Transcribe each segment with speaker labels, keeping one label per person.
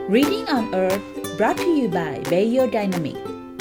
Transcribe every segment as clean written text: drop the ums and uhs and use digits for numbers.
Speaker 1: Reading on Earth brought to you by Bayo Dynamic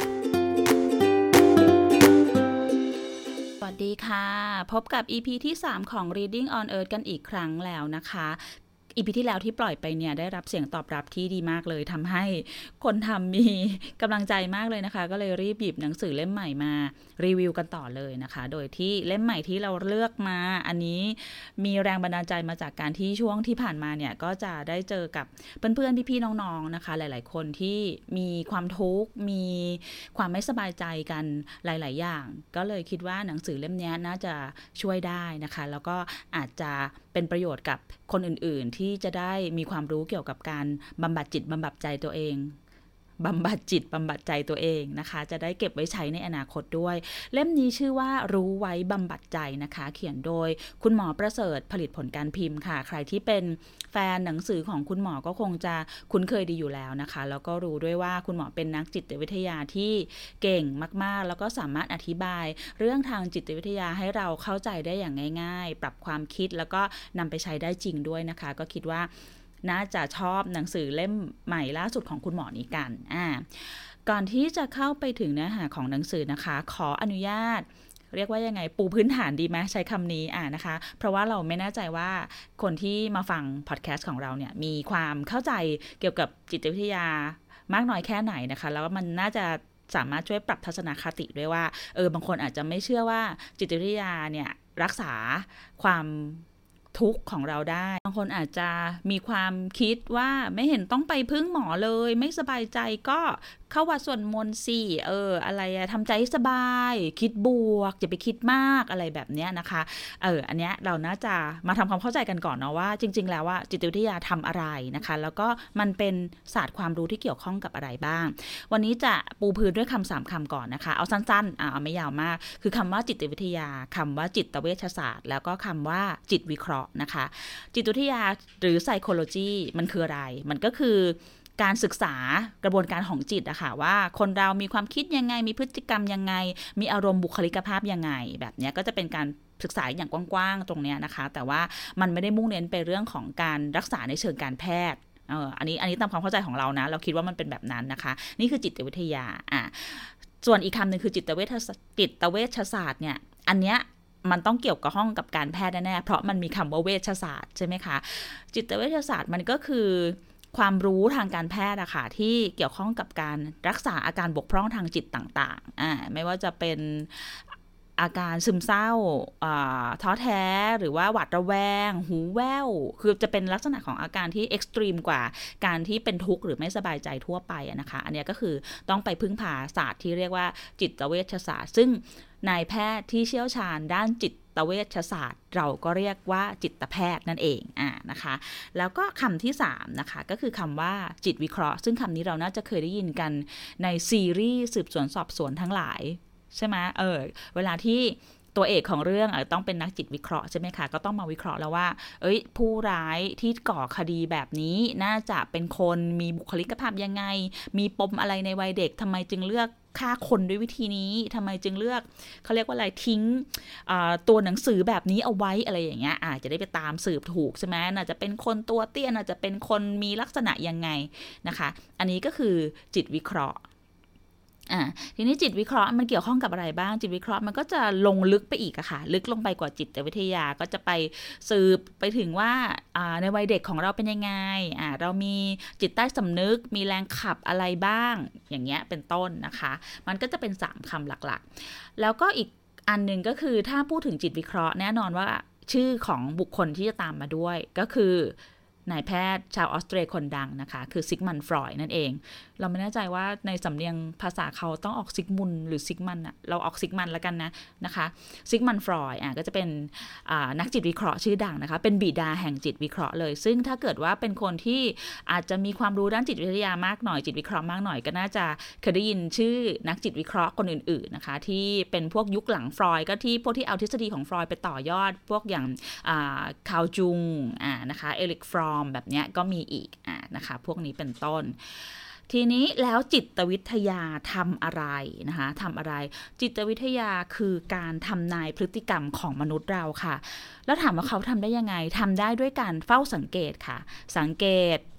Speaker 1: สวัสดีค่ะพบกับ EP ที่ 3 ของ Reading on Earth กันอีกครั้งแล้วนะคะEP ที่แล้วที่ปล่อยไปเนี่ยได้รับเสียงตอบรับที่ดีมากเลยทำให้คนทำมีกำลังใจมากเลยนะคะก็เลยรีบหยิบหนังสือเล่มใหม่มารีวิวกันต่อเลยนะคะโดยที่เล่มใหม่ที่เราเลือกมาอันนี้มีแรงบันดาลใจมาจากการที่ช่วงที่ผ่านมาเนี่ยก็จะได้เจอกับเพื่อนๆพี่ๆน้องๆนะคะหลายๆคนที่มีความทุกข์มีความไม่สบายใจกันหลายๆอย่างก็เลยคิดว่าหนังสือเล่มนี้น่าจะช่วยได้นะคะแล้วก็อาจจะเป็นประโยชน์กับคนอื่นๆที่จะได้มีความรู้เกี่ยวกับการบำบัดจิตบำบัดใจตัวเองบำบัดจิตบำบัดใจตัวเองนะคะจะได้เก็บไว้ใช้ในอนาคตด้วยเล่มนี้ชื่อว่ารู้ไว้บำบัดใจนะคะเขียนโดยคุณหมอประเสริฐผลิตผลการพิมพ์ค่ะใครที่เป็นแฟนหนังสือของคุณหมอก็คงจะคุ้นเคยดีอยู่แล้วนะคะแล้วก็รู้ด้วยว่าคุณหมอเป็นนักจิตวิทยาที่เก่งมากๆแล้วก็สามารถอธิบายเรื่องทางจิตวิทยาให้เราเข้าใจได้อย่างง่ายๆปรับความคิดแล้วก็นำไปใช้ได้จริงด้วยนะคะก็คิดว่าน่าจะชอบหนังสือเล่มใหม่ล่าสุดของคุณหมอนี้กันก่อนที่จะเข้าไปถึงเนื้อหาของหนังสือนะคะขออนุญาตเรียกว่ายังไงปูพื้นฐานดีไหมใช้คำนี้นะคะเพราะว่าเราไม่แน่ใจว่าคนที่มาฟังพอดแคสต์ของเราเนี่ยมีความเข้าใจเกี่ยวกับจิตวิทยามากน้อยแค่ไหนนะคะแล้วมันน่าจะสามารถช่วยปรับทัศนคติด้วยว่าบางคนอาจจะไม่เชื่อว่าจิตวิทยาเนี่ยรักษาความทุกข์ของเราได้บางคนอาจจะมีความคิดว่าไม่เห็นต้องไปพึ่งหมอเลยไม่สบายใจก็เข้าวัดสวดมนต์สิอะไรทำใจสบายคิดบวกอย่าไปคิดมากอะไรแบบนี้นะคะอันเนี้ยเราน่าจะมาทำความเข้าใจกันก่อนเนาะว่าจริงๆแล้วว่าจิตวิทยาทำอะไรนะคะแล้วก็มันเป็นศาสตร์ความรู้ที่เกี่ยวข้องกับอะไรบ้างวันนี้จะปูพื้นด้วยคำ3คำก่อนนะคะเอาสั้นๆเอาไม่ยาวมากคือคำว่าจิตวิทยาคำว่าจิตเวชศาสตร์แล้วก็คำว่าจิตวิเคราะห์นะคะจิตวิทยาหรือ psychology มันคืออะไรมันก็คือการศึกษากระบวนการของจิตอะค่ะว่าคนเรามีความคิดยังไงมีพฤติกรรมยังไงมีอารมณ์บุคลิกภาพยังไงแบบนี้ก็จะเป็นการศึกษาอย่างกว้างๆตรงนี้นะคะแต่ว่ามันไม่ได้มุ่งเน้นไปเรื่องของการรักษาในเชิงการแพทย์อันนี้ตามความเข้าใจของเรานะเราคิดว่ามันเป็นแบบนั้นนะคะนี่คือจิตวิทยาส่วนอีกคำหนึ่งคือจิตเวชศาสตร์เนี่ยอันเนี้ยมันต้องเกี่ยวกับห้องกับการแพทย์แน่ๆเพราะมันมีคำว่าเวชศาสตร์ใช่ไหมคะจิตเวชศาสตร์มันก็คือความรู้ทางการแพทย์อะค่ะที่เกี่ยวข้องกับการรักษาอาการบกพร่องทางจิตต่างๆไม่ว่าจะเป็นอาการซึมเศร้าท้อแท้หรือว่าหวาดระแวงหูแว่วคือจะเป็นลักษณะของอาการที่เอ็กซ์ตรีมกว่าการที่เป็นทุกข์หรือไม่สบายใจทั่วไปนะคะอันนี้ก็คือต้องไปพึ่งพาศาสตร์ที่เรียกว่าจิตเวชศาสตร์ซึ่งนายแพทย์ที่เชี่ยวชาญด้านจิตเวชศาสตร์เราก็เรียกว่าจิตแพทย์นั่นเองนะคะแล้วก็คำที่3นะคะก็คือคำว่าจิตวิเคราะห์ซึ่งคำนี้เราน่าจะเคยได้ยินกันในซีรีส์สืบสวนสอบสวนทั้งหลายใช่ไหมเวลาที่ตัวเอกของเรื่องต้องเป็นนักจิตวิเคราะห์ใช่ไหมคะก็ต้องมาวิเคราะห์แล้วว่าผู้ร้ายที่ก่อคดีแบบนี้น่าจะเป็นคนมีบุคลิกภาพยังไงมีปมอะไรในวัยเด็กทำไมจึงเลือกฆ่าคนด้วยวิธีนี้ทำไมจึงเลือกเขาเรียกว่าอะไรทิ้งตัวหนังสือแบบนี้เอาไว้อะไรอย่างเงี้ยจะได้ไปตามสืบถูกใช่ไหมน่าจะเป็นคนตัวเตี้ยน่าจะเป็นคนมีลักษณะยังไงนะคะอันนี้ก็คือจิตวิเคราะห์ทีนี้จิตวิเคราะห์มันเกี่ยวข้องกับอะไรบ้างจิตวิเคราะห์มันก็จะลงลึกไปอีกอะค่ะลึกลงไปกว่าจิตวิทยาก็จะไปสืบไปถึงว่าในวัยเด็กของเราเป็นยังไงเรามีจิตใต้สำนึกมีแรงขับอะไรบ้างอย่างเงี้ยเป็นต้นนะคะมันก็จะเป็น3คำหลักๆแล้วก็อีกอันนึงก็คือถ้าพูดถึงจิตวิเคราะห์แน่นอนว่าชื่อของบุคคลที่จะตามมาด้วยก็คือนายแพทย์ชาวออสเตรียคนดังนะคะคือซิกมันฟรอยด์นั่นเองเราไม่แน่ใจว่าในสำเนียงภาษาเขาต้องออกซิกมุนหรือซิกมันเราออกซิกมันแล้วกันนะคะซิกมันฟรอยด์ก็จะเป็นนักจิตวิเคราะห์ชื่อดังนะคะเป็นบิดาแห่งจิตวิเคราะห์เลยซึ่งถ้าเกิดว่าเป็นคนที่อาจจะมีความรู้ด้านจิตวิทยามากหน่อยจิตวิเคราะห์มากหน่อยก็น่าจะเคยได้ยินชื่อนักจิตวิเคราะห์คนอื่นๆนะคะที่เป็นพวกยุคหลังฟรอยด์ก็ที่พวกที่เอาทฤษฎีของฟรอยด์ไปต่อยอดพวกอย่างคาร์ลจุงนะคะเอริกฟรอมแบบนี้ก็มีอีกนะคะพวกนี้เป็นต้นทีนี้แล้วจิตวิทยาทำอะไรนะคะทำอะไรจิตวิทยาคือการทำนายพฤติกรรมของมนุษย์เราค่ะแล้วถามว่าเขาทำได้ยังไงทำได้ด้วยการเฝ้าสังเกตค่ะสังเกต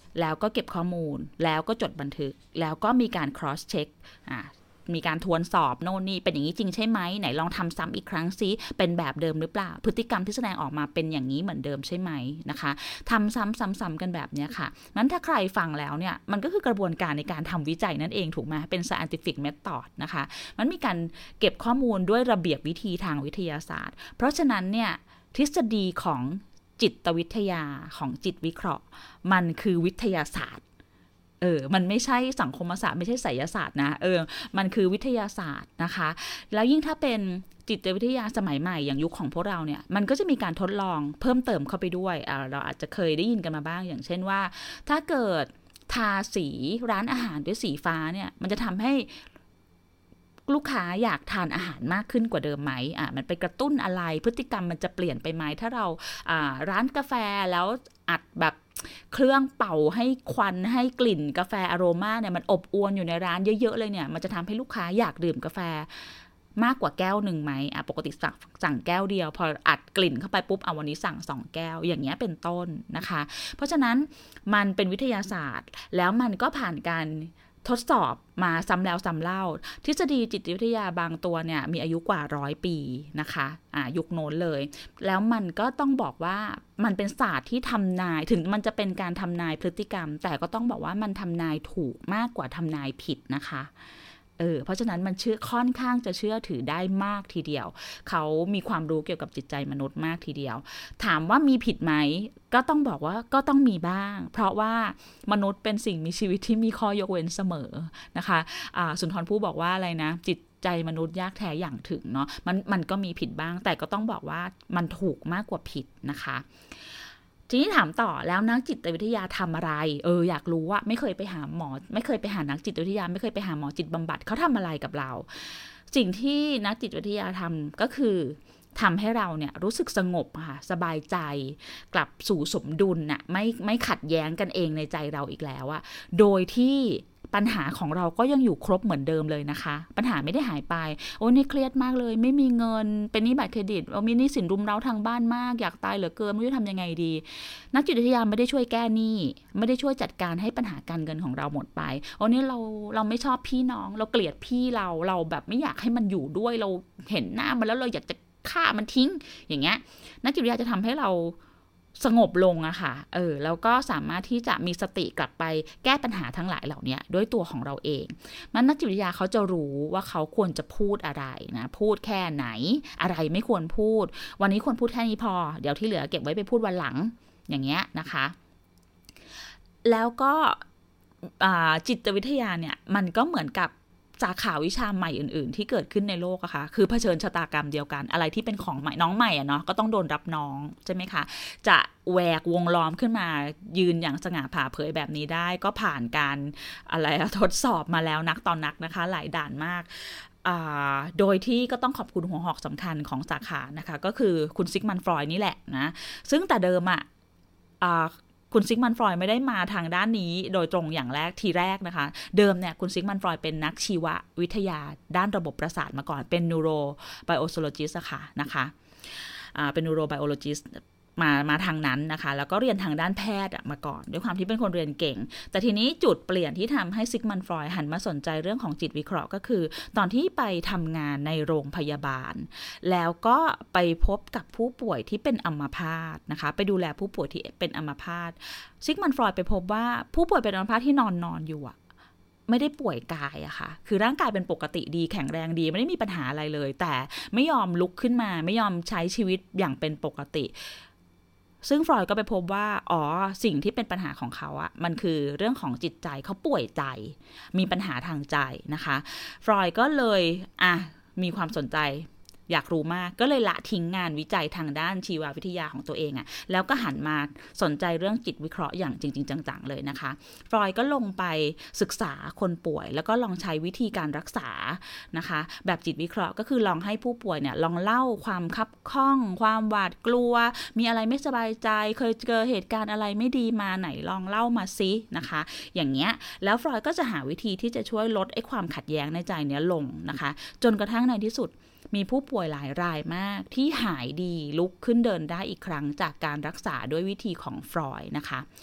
Speaker 1: แล้วก็เก็บข้อมูลแล้วก็จดบันทึกแล้วก็มีการ cross check มีการทวนสอบโน่นนี่เป็นอย่างนี้จริงใช่ไหมไหนลองทำซ้ำอีกครั้งซิเป็นแบบเดิมหรือเปล่าพฤติกรรมที่แสดงออกมาเป็นอย่างนี้เหมือนเดิมใช่ไหมนะคะทำซ้ำๆกันแบบนี้ค่ะงั้นถ้าใครฟังแล้วเนี่ยมันก็คือกระบวนการในการทำวิจัยนั่นเองถูกไหมเป็น scientific method นะคะมันมีการเก็บข้อมูลด้วยระเบียบวิธีทางวิทยาศาสตร์เพราะฉะนั้นเนี่ยทฤษฎีของจิตวิทยาของจิตวิเคราะห์มันคือวิทยาศาสตร์มันไม่ใช่สังคมศาสตร์ไม่ใช่ไสยศาสตร์นะมันคือวิทยาศาสตร์นะคะแล้วยิ่งถ้าเป็นจิตวิทยาสมัยใหม่อย่างยุคของพวกเราเนี่ยมันก็จะมีการทดลองเพิ่มเติมเข้าไปด้วยเราอาจจะเคยได้ยินกันมาบ้างอย่างเช่นว่าถ้าเกิดทาสีร้านอาหารด้วยสีฟ้าเนี่ยมันจะทำให้ลูกค้าอยากทานอาหารมากขึ้นกว่าเดิมไหมมันไปกระตุ้นอะไรพฤติกรรมมันจะเปลี่ยนไปไหมถ้าเราร้านกาแฟแล้วอัดแบบเครื่องเป่าให้ควันให้กลิ่นกาแฟอโรมาเนี่ยมันอบอวลอยู่ในร้านเยอะๆเลยเนี่ยมันจะทำให้ลูกค้าอยากดื่มกาแฟมากกว่าแก้วหนึ่งไหมปกติสั่งแก้วเดียวพออัดกลิ่นเข้าไปปุ๊บวันนี้สั่ง2แก้วอย่างเงี้ยเป็นต้นนะคะเพราะฉะนั้นมันเป็นวิทยาศาสตร์แล้วมันก็ผ่านการทดสอบมาซ้ำแล้วซ้ำเล่าทฤษฎีจิตวิทยาบางตัวเนี่ยมีอายุกว่า100 ปีนะคะยุคโน้นเลยแล้วมันก็ต้องบอกว่ามันเป็นศาสตร์ที่ทำนายถึงมันจะเป็นการทำนายพฤติกรรมแต่ก็ต้องบอกว่ามันทำนายถูกมากกว่าทำนายผิดนะคะเพราะฉะนั้นมันค่อนข้างจะเชื่อถือได้มากทีเดียวเขามีความรู้เกี่ยวกับจิตใจมนุษย์มากทีเดียวถามว่ามีผิดไหมก็ต้องบอกว่าก็ต้องมีบ้างเพราะว่ามนุษย์เป็นสิ่งมีชีวิตที่มีข้อยกเว้นเสมอนะคะสุนทรภู่บอกว่าอะไรนะจิตใจมนุษย์ยากแท้อย่างถึงเนาะมันก็มีผิดบ้างแต่ก็ต้องบอกว่ามันถูกมากกว่าผิดนะคะทีนี้ถามต่อแล้วนักจิตวิทยาทำอะไรอยากรู้ว่าไม่เคยไปหาหมอไม่เคยไปหานักจิตวิทยาไม่เคยไปหาหมอจิตบำบัดเขาทำอะไรกับเราสิ่งที่นักจิตวิทยาทำก็คือทำให้เราเนี่ยรู้สึกสงบค่ะสบายใจกลับสู่สมดุลน่ะไม่ขัดแย้งกันเองในใจเราอีกแล้วอะโดยที่ปัญหาของเราก็ยังอยู่ครบเหมือนเดิมเลยนะคะปัญหาไม่ได้หายไปโอ้นี่เครียดมากเลยไม่มีเงินเป็นหนี้บัตรเครดิตมีหนี้สินรุมเร้าทางบ้านมากอยากตายเหลือเกินไม่รู้จะทำยังไงดีนักจิตวิทยาไม่ได้ช่วยแก้หนี้ไม่ได้ช่วยจัดการให้ปัญหาการเงินของเราหมดไปโอ้นี่เราไม่ชอบพี่น้องเราเกลียดพี่เราแบบไม่อยากให้มันอยู่ด้วยเราเห็นหน้ามันแล้วเราอยากจะฆ่ามันทิ้งอย่างเงี้ยนักจิตวิทยาจะทำให้เราสงบลงอะค่ะแล้วก็สามารถที่จะมีสติกลับไปแก้ปัญหาทั้งหลายเหล่านี้ด้วยตัวของเราเองนักจิตวิทยาเขาจะรู้ว่าเขาควรจะพูดอะไรนะพูดแค่ไหนอะไรไม่ควรพูดวันนี้ควรพูดแค่นี้พอเดี๋ยวที่เหลือเก็บไว้ไปพูดวันหลังอย่างเงี้ยนะคะแล้วก็จิตวิทยาเนี่ยมันก็เหมือนกับสาขาวิชาใหม่อื่นๆที่เกิดขึ้นในโลกอะค่ะคือเผชิญชะตากรรมเดียวกันอะไรที่เป็นของใหม่น้องใหม่อะเนาะก็ต้องโดนรับน้องใช่ไหมคะจะแหวกวงล้อมขึ้นมายืนอย่างสง่าผ่าเผยแบบนี้ได้ก็ผ่านการทดสอบมาแล้วนักต่อนักนะคะหลายด่านมากโดยที่ก็ต้องขอบคุณหัวหอกสำคัญของสาขานะคะก็คือคุณซิกมันฟรอยด์นี่แหละนะซึ่งแต่เดิมอะคุณซิกมันฟรอยด์ไม่ได้มาทางด้านนี้โดยตรงอย่างแรกทีแรกนะคะเดิมเนี่ยคุณซิกมันฟรอยด์เป็นนักชีววิทยาด้านระบบประสาทมาก่อนเป็น neurobiologist ค่ะนะคะเป็น neurobiologist มาทางนั้นนะคะแล้วก็เรียนทางด้านแพทย์มาก่อนด้วยความที่เป็นคนเรียนเก่งแต่ทีนี้จุดเปลี่ยนที่ทำให้ซิกมันฟรอยด์หันมาสนใจเรื่องของจิตวิเคราะห์ก็คือตอนที่ไปทำงานในโรงพยาบาลแล้วก็ไปพบกับผู้ป่วยที่เป็นอัมพาตนะคะไปดูแลผู้ป่วยที่เป็นอัมพาตซิกมันฟรอยด์ไปพบว่าผู้ป่วยเป็นอัมพาตที่นอนอยู่ไม่ได้ป่วยกายอะค่ะคือร่างกายเป็นปกติดีแข็งแรงดีไม่ได้มีปัญหาอะไรเลยแต่ไม่ยอมลุกขึ้นมาไม่ยอมใช้ชีวิตอย่างเป็นปกติซึ่งฟรอยด์ก็ไปพบว่าสิ่งที่เป็นปัญหาของเขาอะมันคือเรื่องของจิตใจเขาป่วยใจมีปัญหาทางใจนะคะฟรอยด์ก็เลยมีความสนใจอยากรู้มากก็เลยละทิ้งงานวิจัยทางด้านชีววิทยาของตัวเองแล้วก็หันมาสนใจเรื่องจิตวิเคราะห์อย่างจริงๆจังๆเลยนะคะฟรอยด์ก็ลงไปศึกษาคนป่วยแล้วก็ลองใช้วิธีการรักษานะคะแบบจิตวิเคราะห์ก็คือลองให้ผู้ป่วยเนี่ยลองเล่าความคับข้องความหวาดกลัวมีอะไรไม่สบายใจเคยเจอเหตุการณ์อะไรไม่ดีมาไหนลองเล่ามาซินะคะอย่างเงี้ยแล้วฟรอยด์ก็จะหาวิธีที่จะช่วยลดความขัดแย้งในใจเนี้ยลงนะคะจนกระทั่งในที่สุดมีผู้ป่วยหลายรายมากที่หายดีลุกขึ้นเดินได้อีกครั้งจากการรักษาด้วยวิธีของฟรอยด์นะคะ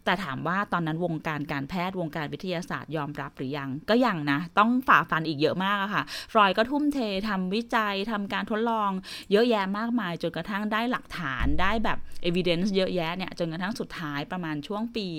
Speaker 1: แต่ถามว่าตอนนั้นวงการการแพทย์วงการวิทยาศาสตร์ยอมรับหรือยังก็ยังนะต้องฝ่าฟันอีกเยอะมากอะค่ะฟรอยด์ก็ทุ่มเททำวิจัยทำการทดลองเยอะแยะมากมายจนกระทั่งได้หลักฐานได้แบบ evidence เยอะแยะเนี่ยจนกระทั่งสุดท้ายประมาณช่วงปี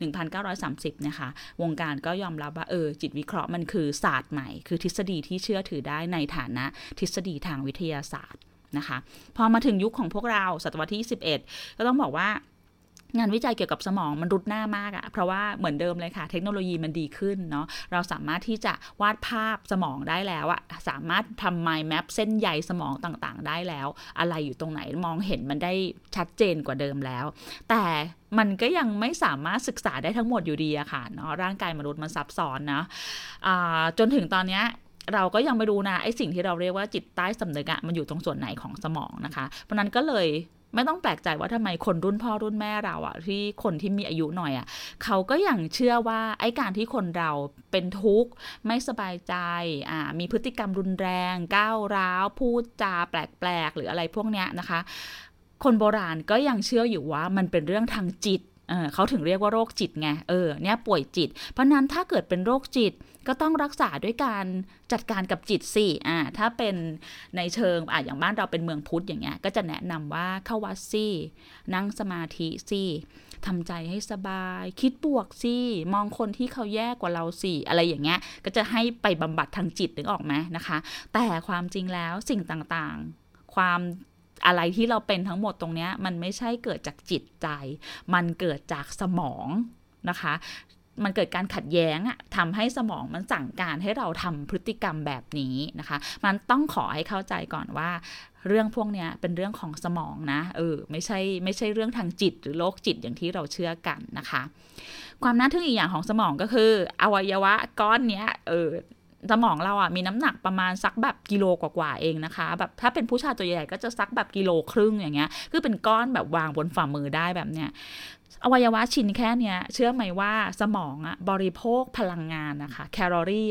Speaker 1: 1930นะคะวงการก็ยอมรับว่าจิตวิเคราะห์มันคือศาสตร์ใหม่คือทฤษฎีที่เชื่อถือได้ในฐานะทฤษฎีทางวิทยาศาสตร์นะคะพอมาถึงยุคของพวกเราศตวรรษที่21ก็ต้องบอกว่างานวิจัยเกี่ยวกับสมองมันรุดหน้ามากอะเพราะว่าเหมือนเดิมเลยค่ะเทคโนโลยีมันดีขึ้นเนาะเราสามารถที่จะวาดภาพสมองได้แล้วอะสามารถทำ mind map เส้นใยสมองต่างๆได้แล้วอะไรอยู่ตรงไหนมองเห็นมันได้ชัดเจนกว่าเดิมแล้วแต่มันก็ยังไม่สามารถศึกษาได้ทั้งหมดอยู่ดีอะค่ะเนาะร่างกายมนุษย์มันซับซ้อนนะจนถึงตอนนี้เราก็ยังไม่รู้นะไอ้สิ่งที่เราเรียกว่าจิตใต้สำนึกอะมันอยู่ตรงส่วนไหนของสมองนะคะเพราะนั้นก็เลยไม่ต้องแปลกใจว่าทำไมคนรุ่นพ่อรุ่นแม่เราอะที่คนที่มีอายุหน่อยอะเขาก็ยังเชื่อว่าไอ้การที่คนเราเป็นทุกข์ไม่สบายใจมีพฤติกรรมรุนแรงก้าวร้าวพูดจาแปลกๆหรืออะไรพวกเนี้ยนะคะคนโบราณก็ยังเชื่ออยู่ว่ามันเป็นเรื่องทางจิตเขาถึงเรียกว่าโรคจิตไงเนี่ยป่วยจิตเพราะนั้นถ้าเกิดเป็นโรคจิตก็ต้องรักษาด้วยการจัดการกับจิตสิถ้าเป็นในเชิงอย่างบ้านเราเป็นเมืองพุทธอย่างเงี้ยก็จะแนะนำว่าเข้าวัดสินั่งสมาธิสิทำใจให้สบายคิดบวกสิมองคนที่เขาแย่กว่าเราสิอะไรอย่างเงี้ยก็จะให้ไปบำบัดทางจิตนึกออกไหมนะคะแต่ความจริงแล้วสิ่งต่างๆความอะไรที่เราเป็นทั้งหมดตรงนี้มันไม่ใช่เกิดจากจิตใจมันเกิดจากสมองนะคะมันเกิดการขัดแย้งทำให้สมองมันสั่งการให้เราทำพฤติกรรมแบบนี้นะคะมันต้องขอให้เข้าใจก่อนว่าเรื่องพวกนี้เป็นเรื่องของสมองนะไม่ใช่เรื่องทางจิตหรือโรคจิตอย่างที่เราเชื่อกันนะคะความน่าทึ่งอีกอย่างของสมองก็คืออวัยวะก้อนเนี้ยสมองเรามีน้ำหนักประมาณสักแบบกิโลกว่าๆเองนะคะแบบถ้าเป็นผู้ชายตัวใหญ่ก็จะสักแบบกิโลครึ่งอย่างเงี้ยคือเป็นก้อนแบบวางบนฝ่ามือได้แบบเนี้ยอวัยวะชิ้นแค่เนี้ยเชื่อไหมว่าสมองบริโภคพลังงานนะคะแคลอรี่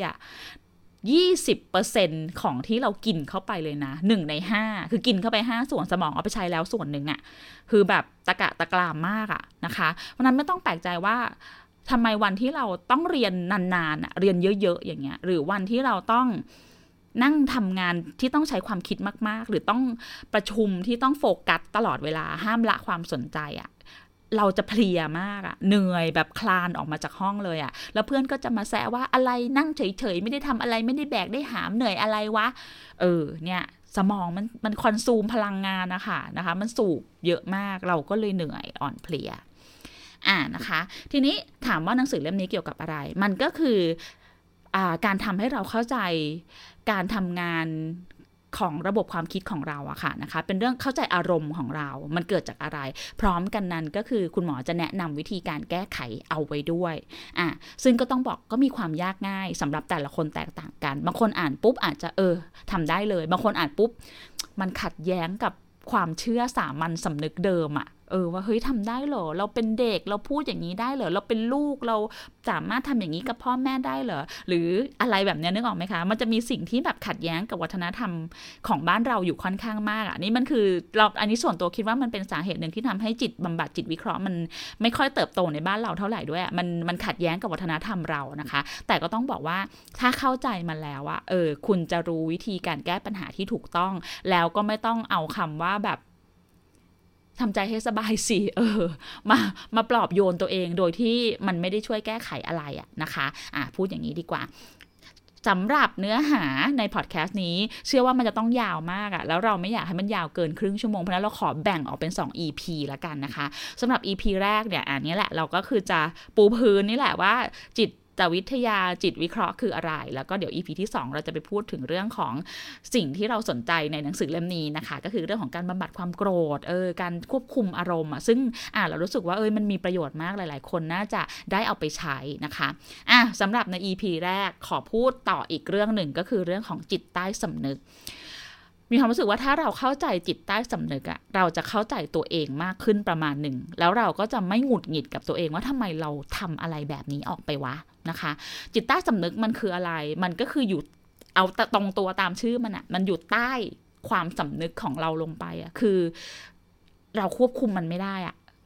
Speaker 1: 20% ของที่เรากินเข้าไปเลยนะ1 ใน 5คือกินเข้าไป5ส่วนสมองเอาไปใช้แล้วส่วนหนึ่งคือแบบตะกะตะกรามมากนะคะเพราะนั้นไม่ต้องแปลกใจว่าทำไมวันที่เราต้องเรียนนานๆเรียนเยอะๆอย่างเงี้ยหรือวันที่เราต้องนั่งทำงานที่ต้องใช้ความคิดมากๆหรือต้องประชุมที่ต้องโฟกัสตลอดเวลาห้ามละความสนใจเราจะเพลียมากเหนื่อยแบบคลานออกมาจากห้องเลยแล้วเพื่อนก็จะมาแซะว่าอะไรนั่งเฉยๆไม่ได้ทำอะไรไม่ได้แบกได้หามเหนื่อยอะไรวะเนี่ยสมองมันคอนซูมพลังงานนะคะมันสูบเยอะมากเราก็เลยเหนื่อยอ่อนเพลียนะคะทีนี้ถามว่าหนังสือเล่มนี้เกี่ยวกับอะไรมันก็คือการทำให้เราเข้าใจการทำงานของระบบความคิดของเราค่ะนะคะเป็นเรื่องเข้าใจอารมณ์ของเรามันเกิดจากอะไรพร้อมกันนั้นก็คือคุณหมอจะแนะนำวิธีการแก้ไขเอาไว้ด้วยซึ่งก็ต้องบอกก็มีความยากง่ายสำหรับแต่ละคนแตกต่างกันบางคนอ่านปุ๊บอาจจะทำได้เลยบางคนอ่านปุ๊บมันขัดแย้งกับความเชื่อสามัญสำนึกเดิมว่าเฮ้ยทำได้เหรอเราเป็นเด็กเราพูดอย่างนี้ได้เหรอเราเป็นลูกเราสามารถทำอย่างนี้กับพ่อแม่ได้เหรอหรืออะไรแบบนี้นึกออกไหมคะมันจะมีสิ่งที่แบบขัดแย้งกับวัฒนธรรมของบ้านเราอยู่ค่อนข้างมากนี่มันคืออันนี้ส่วนตัวคิดว่ามันเป็นสาเหตุหนึ่งที่ทำให้จิตบำบัดจิตวิเคราะห์มันไม่ค่อยเติบโตในบ้านเราเท่าไหร่ด้วยมันขัดแย้งกับวัฒนธรรมเรานะคะแต่ก็ต้องบอกว่าถ้าเข้าใจมันแล้วคุณจะรู้วิธีการแก้ปัญหาที่ถูกต้องแล้วก็ไม่ต้องเอาคำว่าแบบทำใจให้สบายสิมาปลอบโยนตัวเองโดยที่มันไม่ได้ช่วยแก้ไขอะไรนะคะพูดอย่างนี้ดีกว่าสำหรับเนื้อหาในพอดแคสต์นี้เชื่อว่ามันจะต้องยาวมากแล้วเราไม่อยากให้มันยาวเกินครึ่งชั่วโมงเพราะฉะนั้นเราขอแบ่งออกเป็น2 EP ละกันนะคะสำหรับ EP แรกเนี่ยอันนี้แหละเราก็คือจะปูพื้นนี่แหละว่าจิตวิทยาจิตวิเคราะห์คืออะไรแล้วก็เดี๋ยว EP ที่2เราจะไปพูดถึงเรื่องของสิ่งที่เราสนใจในหนังสือเล่มนี้นะคะก็คือเรื่องของการบำบัดความโกรธการควบคุมอารมณ์ซึ่งเรารู้สึกว่ามันมีประโยชน์มากหลายๆคนน่าจะได้เอาไปใช้นะคะสำหรับใน EP แรกขอพูดต่ออีกเรื่องหนึ่งก็คือเรื่องของจิตใต้สำนึกมีความรู้สึกว่าถ้าเราเข้าใจจิตใต้สำนึกเราจะเข้าใจตัวเองมากขึ้นประมาณหนึ่งแล้วเราก็จะไม่หงุดหงิดกับตัวเองว่าทำไมเราทำอะไรแบบนี้ออกไปวะนะคะจิตใต้สำนึกมันคืออะไรมันก็คืออยู่เอาตรงตัวตามชื่อมันอยู่ใต้ความสำนึกของเราลงไปคือเราควบคุมมันไม่ได้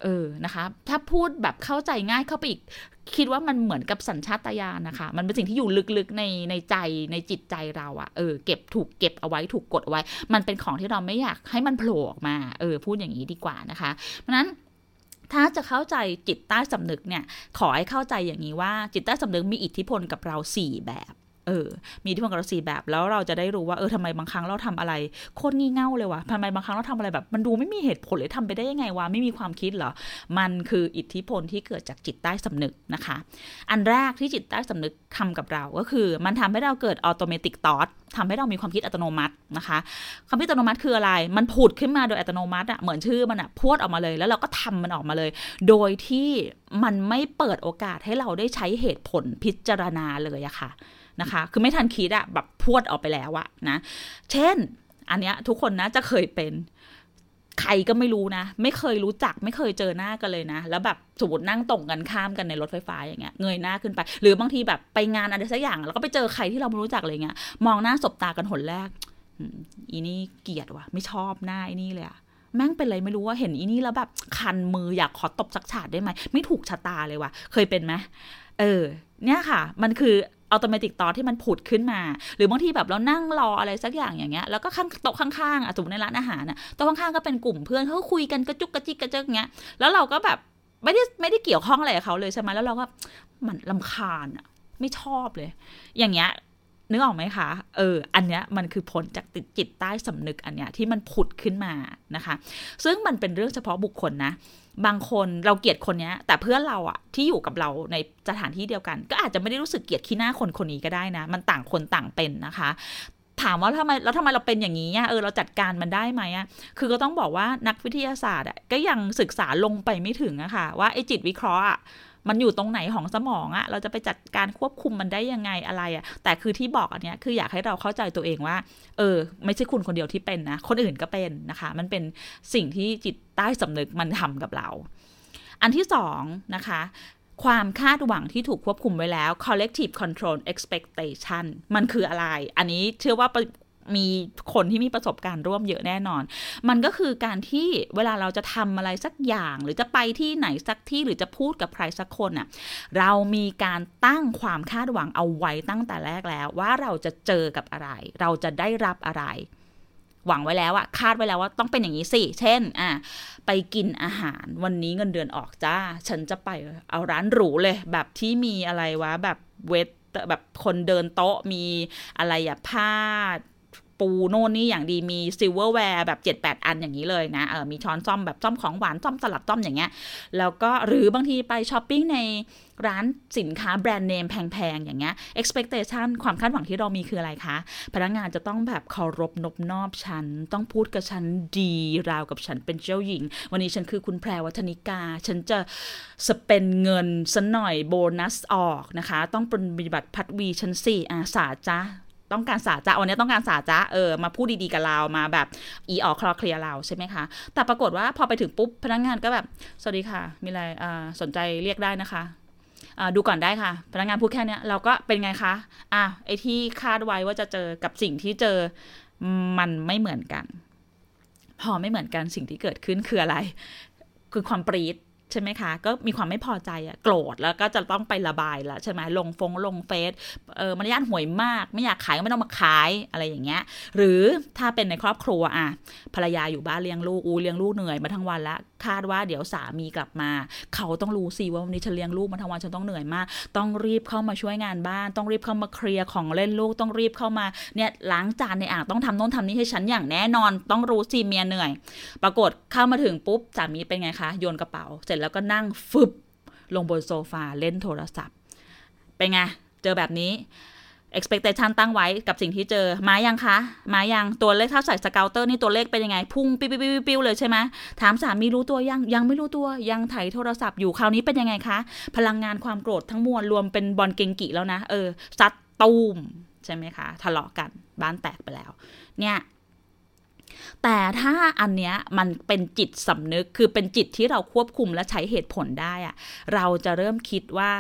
Speaker 1: นะคะถ้าพูดแบบเข้าใจง่ายเข้าไปอีกคิดว่ามันเหมือนกับสัญชาตญาณนะคะมันเป็นสิ่งที่อยู่ลึกๆในใจในจิตใจเราอะถูกเก็บเอาไว้ถูกกดเอาไว้มันเป็นของที่เราไม่อยากให้มันโผล่ออกมาพูดอย่างนี้ดีกว่านะคะเพราะนั้นถ้าจะเข้าใจจิตใต้สำนึกเนี่ยขอให้เข้าใจอย่างนี้ว่าจิตใต้สำนึกมีอิทธิพลกับเรา4แบบมีอิทธิพลกับเรา4แบบแล้วเราจะได้รู้ว่าทำไมบางครั้งเราทำอะไรโคตรงี่เง่าเลยวะทำไมบางครั้งเราทำอะไรแบบมันดูไม่มีเหตุผลเลยทำไปได้ยังไงวะไม่มีความคิดเหรอมันคืออิทธิพลที่เกิดจากจิตใต้สำนึกนะคะอันแรกที่จิตใต้สำนึกทำกับเราก็คือมันทำให้เราเกิดออโตเมติกทอททำให้เรามีความคิดอัตโนมัตินะคะความคิดอัตโนมัติคืออะไรมันผุดขึ้นมาโดยอัตโนมัติเหมือนชื่อมันพูดออกมาเลยแล้วเราก็ทำมันออกมาเลยโดยที่มันไม่เปิดโอกาสให้เราได้ใช้เหตุผลพิจารณาเลยอะค่ะนะคะคือไม่ทันคิดแบบพูดออกไปแล้วนะเช่นอันเนี้ยทุกคนนะจะเคยเป็นใครก็ไม่รู้นะไม่เคยรู้จักไม่เคยเจอหน้ากันเลยนะแล้วแบบสมมตินั่งตรงกันข้ามกันในรถไฟฟ้าอย่างเงี้ยเงยหน้าขึ้นไปหรือบางทีแบบไปงานอะไรสักอย่างแล้วก็ไปเจอใครที่เราไม่รู้จักเลยเงี้ยมองหน้าสบตากันหนแรกอีนี่เกลียดว่ะไม่ชอบหน้าอีนี่เลยแม่งเป็นไรไม่รู้ว่าเห็นอีนี่แล้วแบบคันมืออยากขอตบสักฉาดได้ไหมไม่ถูกชะตาเลยว่ะเคยเป็นไหมเนี่ยค่ะมันคืออัตโนมัติตอที่มันผุดขึ้นมาหรือบางทีแบบเรานั่งรออะไรสักอย่างอย่างเงี้ยแล้วก็โต๊ะข้างๆสมมติในร้านอาหารโต๊ะข้างๆก็เป็นกลุ่มเพื่อนเขาคุยกันกระจุกกระจิกกระเจิกเงี้ยแล้วเราก็แบบไม่ได้เกี่ยวข้องอะไรกับเขาเลยใช่ไหมแล้วเราก็มันรำคาญไม่ชอบเลยอย่างเงี้ยนึกออกไหมคะอันเนี้ยมันคือผลจากจิตใต้สำนึกอันเนี้ยที่มันผุดขึ้นมานะคะซึ่งมันเป็นเรื่องเฉพาะบุคคลนะบางคนเราเกลียดคนนี้แต่เพื่อนเราที่อยู่กับเราในสถานที่เดียวกันก็อาจจะไม่ได้รู้สึกเกลียดขี้หน้าคนนี้ก็ได้นะมันต่างคนต่างเป็นนะคะถามว่าทำไมเราเป็นอย่างนี้เราจัดการมันได้ไหมคือก็ต้องบอกว่านักวิทยาศาสตร์ก็ยังศึกษาลงไปไม่ถึงอะค่ะว่าไอ้จิตวิเคราะห์มันอยู่ตรงไหนของสมองเราจะไปจัดการควบคุมมันได้ยังไงอะไรแต่คือที่บอกอันเนี้ยคืออยากให้เราเข้าใจตัวเองว่าไม่ใช่คุณคนเดียวที่เป็นนะคนอื่นก็เป็นนะคะมันเป็นสิ่งที่จิตใต้สำนึกมันทำกับเราอันที่สองนะคะความคาดหวังที่ถูกควบคุมไว้แล้ว collective control expectation มันคืออะไรอันนี้เชื่อว่ามีคนที่มีประสบการณ์ร่วมเยอะแน่นอนมันก็คือการที่เวลาเราจะทำอะไรสักอย่างหรือจะไปที่ไหนสักที่หรือจะพูดกับใครสักคนเรามีการตั้งความคาดหวังเอาไว้ตั้งแต่แรกแล้วว่าเราจะเจอกับอะไรเราจะได้รับอะไรหวังไว้แล้วคาดไว้แล้วว่าต้องเป็นอย่างนี้สิเช่นไปกินอาหารวันนี้เงินเดือนออกจ้าฉันจะไปเอาร้านหรูเลยแบบที่มีอะไรวะแบบเวทแบบคนเดินโต๊ะมีอะไรผ้าปูโน่นนี่อย่างดีมีซิลเวอร์แวร์แบบ 7-8 อันอย่างนี้เลยนะมีช้อนซ่อมแบบซ่อมของหวานซ่อมสลัดซ่อมอย่างเงี้ยแล้วก็หรือบางทีไปช้อปปิ้งในร้านสินค้าแบรนด์เนมแพงๆอย่างเงี้ย expectation ความคาดหวังที่เรามีคืออะไรคะพนักงานจะต้องแบบเคารพนบนอบฉันต้องพูดกับฉันดีราวกับฉันเป็นเจ้าหญิงวันนี้ฉันคือคุณแพรวัฒนิกาฉันจะสเปนเงินซะหน่อยโบนัสออกนะคะต้องปฏิบัติพัดวีฉันสิสาจ้าต้องการสาจ้าวันนี้ต้องการสาจ้ามาพูดดีๆกับเรามาแบบออกคลอเคลียร์เราใช่ไหมคะแต่ปรากฏว่าพอไปถึงปุ๊บพนักงานก็แบบสวัสดีค่ะมีอะไรสนใจเรียกได้นะคะดูก่อนได้ค่ะพนักงานพูดแค่นี้เราก็เป็นไงคะไอ้ที่คาดไว้ว่าจะเจอกับสิ่งที่เจอมันไม่เหมือนกันพอไม่เหมือนกันสิ่งที่เกิดขึ้นคืออะไรคือความปรี๊ดใช่ไหมคะก็มีความไม่พอใจโกรธแล้วก็จะต้องไประบายละใช่ไหมลงเฟซมารยาทห่วยมากไม่อยากขายก็ไม่ต้องมาขายอะไรอย่างเงี้ยหรือถ้าเป็นในครอบครัวภรรยาอยู่บ้านเลี้ยงลูกเลี้ยงลูกเหนื่อยมาทั้งวันละคาดว่าเดี๋ยวสามีกลับมาเขาต้องรู้สิว่าวันนี้ฉันเลี้ยงลูกมาทั้งวันฉันต้องเหนื่อยมากต้องรีบเข้ามาช่วยงานบ้านต้องรีบเข้ามาเคลียร์ของเล่นลูกต้องรีบเข้ามาเนี่ยล้างจานในอ่างต้องทำโน่นทำนี่ให้ฉันอย่างแน่นอนต้องรู้สิเมียเหนื่อยปรากฏเข้ามาถึงปุ๊บสามีเป็นไงคะโยนกระเป๋าเสร็จแล้วก็นั่งฟึบลงบนโซฟาเล่นโทรศัพท์เป็นไงเจอแบบนี้ expectation ตั้งไว้กับสิ่งที่เจอมายังคะมายังตัวเลขถ้าใส่สเกาเตอร์นี่ตัวเลขเป็นยังไงพุ่งปิ้วเลยใช่ไหมถามสามีรู้ตัวยังไม่รู้ตัวยังไถโทรศัพท์อยู่คราวนี้เป็นยังไงคะพลังงานความโกรธทั้งมวลรวมเป็นบอลเกงกิแล้วนะซัดตูมใช่ไหมคะทะเลาะกันบ้านแตกไปแล้วเนี่ยแต่ถ้าอันเนี้ยมันเป็นจิตสำนึกคือเป็นจิตที่เราควบคุมและใช้เหตุผลได้เราจะเริ่มคิดว่า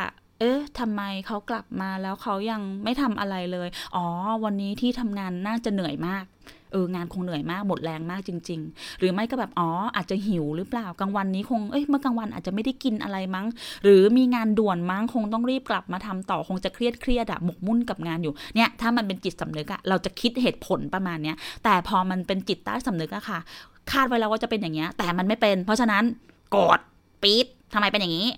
Speaker 1: ทำไมเขากลับมาแล้วเขายังไม่ทำอะไรเลยวันนี้ที่ทำงานน่าจะเหนื่อยมากงานคงเหนื่อยมากหมดแรงมากจริงๆหรือไม่ก็แบบอาจจะหิวหรือเปล่ากลางวันนี้คงเมื่อกลางวันอาจจะไม่ได้กินอะไรมั้งหรือมีงานด่วนมั้งคงต้องรีบกลับมาทำต่อคงจะเครียดหมกมุ่นกับงานอยู่เนี่ยถ้ามันเป็นจิตสำนึกเราจะคิดเหตุผลประมาณเนี้ยแต่พอมันเป็นจิตใต้สำนึกค่ะคาดไว้แล้วว่าจะเป็นอย่างเงี้ยแต่มันไม่เป็นเพราะฉะนั้นโกรธปี๊ดทำไมเป็นอย่างนี้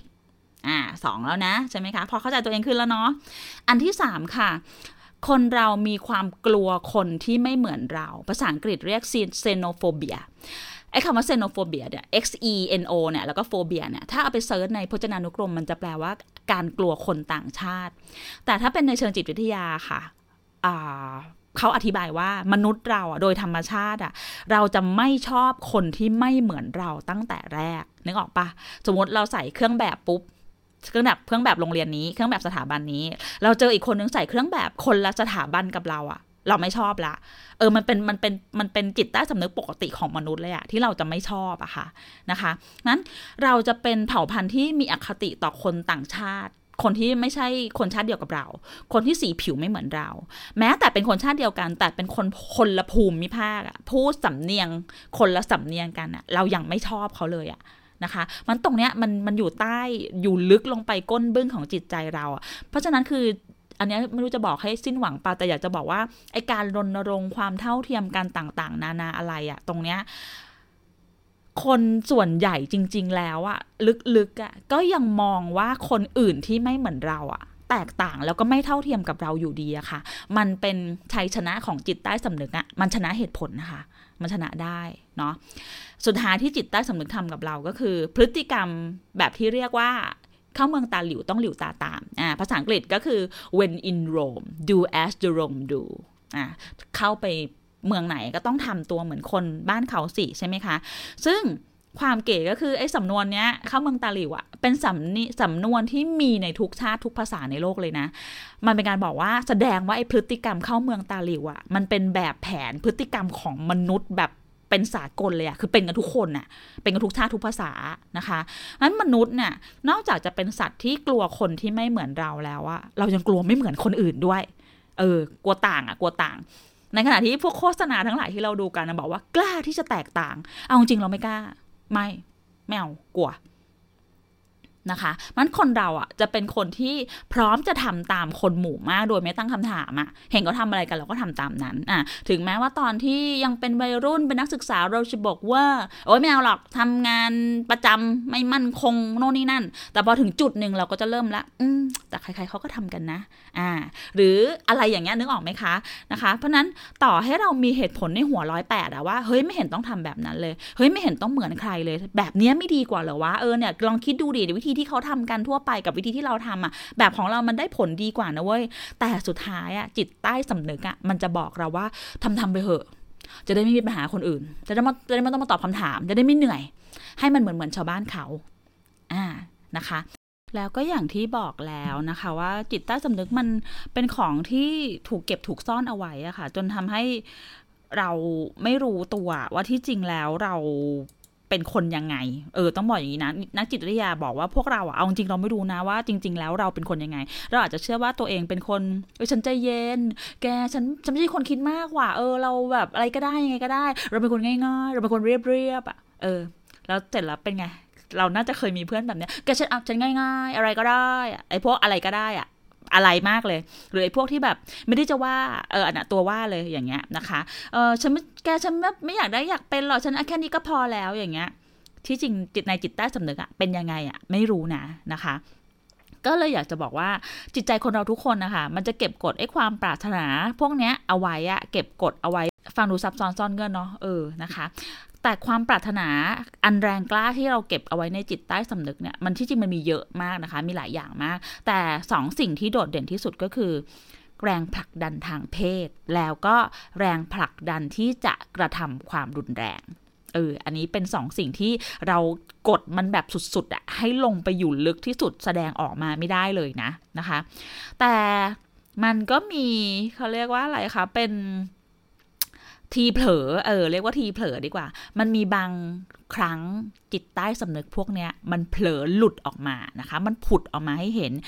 Speaker 1: 2แล้วนะใช่ไหมคะพอเข้าใจตัวเองขึ้นแล้วเนาะอันที่3ค่ะคนเรามีความกลัวคนที่ไม่เหมือนเราภาษาอังกฤษเรียก xenophobia ไอ้คำว่า xenophobia เนี่ย xeno เนี่ยแล้วก็ phobia เนี่ยถ้าเอาไปเซิร์ชในพจนานุกรมมันจะแปลว่าการกลัวคนต่างชาติแต่ถ้าเป็นในเชิงจิตวิทยาค่ะเขาอธิบายว่ามนุษย์เราโดยธรรมชาติเราจะไม่ชอบคนที่ไม่เหมือนเราตั้งแต่แรกนึกออกปะสมมติเราใส่เครื่องแบบปุ๊บเครื่องแบบโรงเรียนนี้เครื่องแบบสถาบันนี้เราเจออีกคนนึงใส่เครื่องแบบคนละสถาบันกับเราเราไม่ชอบละมันเป็นจิตใต้สำนึกปกติของมนุษย์เลยที่เราจะไม่ชอบค่ะนะคะนั้นเราจะเป็นเผ่าพันธุ์ที่มีอคติต่อคนต่างชาติคนที่ไม่ใช่คนชาติเดียวกับเราคนที่สีผิวไม่เหมือนเราแม้แต่เป็นคนชาติเดียวกันแต่เป็นคนละภูมิภาคพูดสำเนียงคนละสำเนียงกันเรายังไม่ชอบเขาเลยนะคะมันตรงเนี้ยมันอยู่ใต้อยู่ลึกลงไปก้นบึ้งของจิตใจเราเพราะฉะนั้นคืออันนี้ไม่รู้จะบอกให้สิ้นหวังป่ะแต่อยากจะบอกว่าไอ้การรณรงค์ความเท่าเทียมกันต่างๆนานาอะไรตรงเนี้ยคนส่วนใหญ่จริงๆแล้วลึกๆก็ยังมองว่าคนอื่นที่ไม่เหมือนเราแตกต่างแล้วก็ไม่เท่าเทียมกับเราอยู่ดีค่ะมันเป็นชัยชนะของจิตใต้สำนึกมันชนะเหตุผลนะคะมันชนะได้เนาะสุดท้ายที่จิตใต้สำนึกทำกับเราก็คือพฤติกรรมแบบที่เรียกว่าเข้าเมืองตาหลิวต้องหลิวตาตามภาษาอังกฤษก็คือ when in Rome do as the Rome do เข้าไปเมืองไหนก็ต้องทำตัวเหมือนคนบ้านเขาสิใช่ไหมคะซึ่งความเก๋ก็คือไอ้สำนวนเนี้ยเข้าเมืองตาหลิวเป็นสำนวนที่มีในทุกชาติทุกภาษาในโลกเลยนะมันเป็นการบอกว่าแสดงว่าไอ้พฤติกรรมเข้าเมืองตาหลิวมันเป็นแบบแผนพฤติกรรมของมนุษย์แบบเป็นสากลเลยคือเป็นกันทุกคนเป็นกันทุกชาติทุกภาษานะคะงั้นมนุษย์เนี่ยนอกจากจะเป็นสัตว์ที่กลัวคนที่ไม่เหมือนเราแล้วเรายังกลัวไม่เหมือนคนอื่นด้วยกลัวต่างกลัวต่างในขณะที่พวกโฆษณาทั้งหลายที่เราดูกันบอกว่ากล้าที่จะแตกต่างเอาจริงเราไม่กล้าไม่เอากลัวนะคะมันคนเราจะเป็นคนที่พร้อมจะทำตามคนหมู่มากโดยไม่ตั้งคำถามเห็นเขาทำอะไรกันเราก็ทำตามนั้นถึงแม้ว่าตอนที่ยังเป็นวัยรุ่นเป็นนักศึกษาเราจะบอกว่าโอ๊ยไม่เอาหรอกทำงานประจำไม่มั่นคงโน่นนี่นั่นแต่พอถึงจุดหนึ่งเราก็จะเริ่มละแต่ใครๆเขาก็ทำกันนะหรืออะไรอย่างเงี้ยนึกออกไหมคะนะคะเพราะนั้นต่อให้เรามีเหตุผลในหัว108ว่าเฮ้ยไม่เห็นต้องทำแบบนั้นเลยเฮ้ยไม่เห็นต้องเหมือนใครเลยแบบนี้ไม่ดีกว่าเหรอวะเนี่ยลองคิดดูดิวิธีที่เขาทำกันทั่วไปกับวิธีที่เราทำแบบของเรามันได้ผลดีกว่านะเว้ยแต่สุดท้ายจิตใต้สำนึกมันจะบอกเราว่าทำไปเถอะจะได้ไม่มีปัญหาคนอื่นจะได้ไม่ต้องมาตอบคำถามจะได้ไม่เหนื่อยให้มันเหมือนชาวบ้านเขานะคะแล้วก็อย่างที่บอกแล้วนะคะว่าจิตใต้สำนึกมันเป็นของที่ถูกเก็บถูกซ่อนเอาไว้ค่ะจนทำให้เราไม่รู้ตัวว่าที่จริงแล้วเราเป็นคนยังไงต้องบอกอย่างนี้นะนักจิตวิทยาบอกว่าพวกเราเอาจริงเราไม่รู้นะว่าจริงๆแล้วเราเป็นคนยังไงเราอาจจะเชื่อว่าตัวเองเป็นคนฉันใจเย็นแกฉันไม่ใช่คนคิดมากว่ะเราแบบอะไรก็ได้ยังไงก็ได้เราเป็นคนง่ายๆเราเป็นคนเรียบแล้วเสร็จแล้วเป็นไงเราน่าจะเคยมีเพื่อนแบบเนี้ยแกฉันง่ายๆอะไรก็ได้ไอ้พวกอะไรก็ได้อะไรมากเลยหรือไอ้พวกที่แบบไม่ได้จะว่าอันน่ะตัวว่าเลยอย่างเงี้ยนะคะฉันไม่อยากได้อยากเป็นหรอกฉันแค่นี้ก็พอแล้วอย่างเงี้ยที่จริงในจิตใต้สำนึกเป็นยังไงไม่รู้นะคะก็เลยอยากจะบอกว่าจิตใจคนเราทุกคนนะคะมันจะเก็บกดไอ้ความปรารถนาพวกเนี้ยเอาไว้เก็บกดเอาไว้ฟังดูซับซ้อนซ่อนเงื่อนเนาะนะคะแต่ความปรารถนาอันแรงกล้าที่เราเก็บเอาไว้ในจิตใต้สำนึกเนี่ยมันที่จริงมันมีเยอะมากนะคะมีหลายอย่างมากแต่2 สิ่งที่โดดเด่นที่สุดก็คือแรงผลักดันทางเพศแล้วก็แรงผลักดันที่จะกระทำความรุนแรงอันนี้เป็น2 สิ่งที่เรากดมันแบบสุดๆให้ลงไปอยู่ลึกที่สุดแสดงออกมาไม่ได้เลยนะคะแต่มันก็มีเขาเรียกว่าอะไรคะเป็นทีเผลอเรียกว่าทีเผลอดีกว่ามันมีบางครั้งจิตใต้สำนึกพวกเนี้ยมันเผลอหลุดออกมานะคะมันผุดออกมาให้เห็น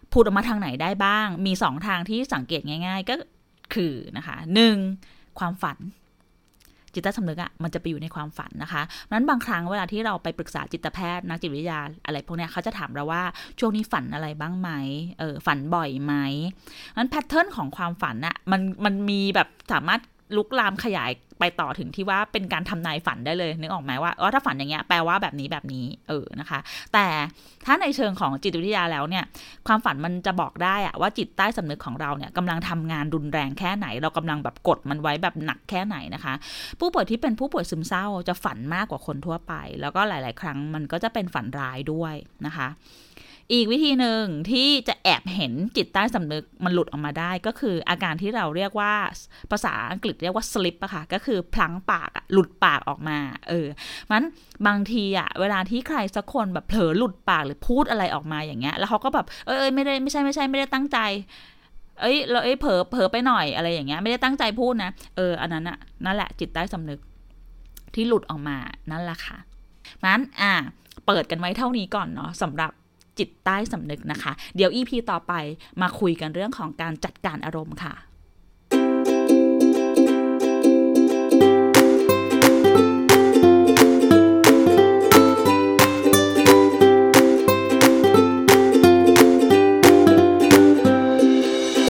Speaker 1: พูดออกมาทางไหนได้บ้างมี2ทางที่สังเกตง่ายๆก็คือนะคะ1ความฝันจิตใต้สำนึกมันจะไปอยู่ในความฝันนะคะนั้นบางครั้งเวลาที่เราไปปรึกษาจิตแพทย์นักจิตวิทยาอะไรพวกนี้เขาจะถามเราว่าช่วงนี้ฝันอะไรบ้างไหมฝันบ่อยไหมนั้นแพทเทิร์นของความฝันมันมีแบบสามารถลุกลามขยายไปต่อถึงที่ว่าเป็นการทำนายฝันได้เลยนึกออกไหมว่าถ้าฝันอย่างเงี้ยแปลว่าแบบนี้นะคะแต่ถ้าในเชิงของจิตวิทยาแล้วเนี่ยความฝันมันจะบอกได้ว่าจิตใต้สำนึกของเราเนี่ยกำลังทำงานรุนแรงแค่ไหนเรากำลังแบบกดมันไว้แบบหนักแค่ไหนนะคะผู้ป่วยที่เป็นผู้ป่วยซึมเศร้าจะฝันมากกว่าคนทั่วไปแล้วก็หลายๆครั้งมันก็จะเป็นฝันร้ายด้วยนะคะอีกวิธีหนึ่งที่จะแอบเห็นจิตใต้สำนึกมันหลุดออกมาได้ก็คืออาการที่เราเรียกว่าภาษาอังกฤษเรียกว่า slip อะค่ะก็คือพลั้งปากหลุดปากออกมามันบางทีเวลาที่ใครสักคนแบบเผลอหลุดปากหรือพูดอะไรออกมาอย่างเงี้ยแล้วเขาก็แบบไม่ใช่ไม่ได้ตั้งใจเราเผลอไปหน่อยอะไรอย่างเงี้ยไม่ได้ตั้งใจพูดนะอันนั้นนั่นแหละจิตใต้สำนึกที่หลุดออกมานั่นแหละค่ะงั้นเปิดกันไว้เท่านี้ก่อนเนาะสำหรับจิตใต้สำนึกนะคะเดี๋ยว EP ต่อไปมาคุยกันเรื่องของการจัดการอารมณ์ค่ะ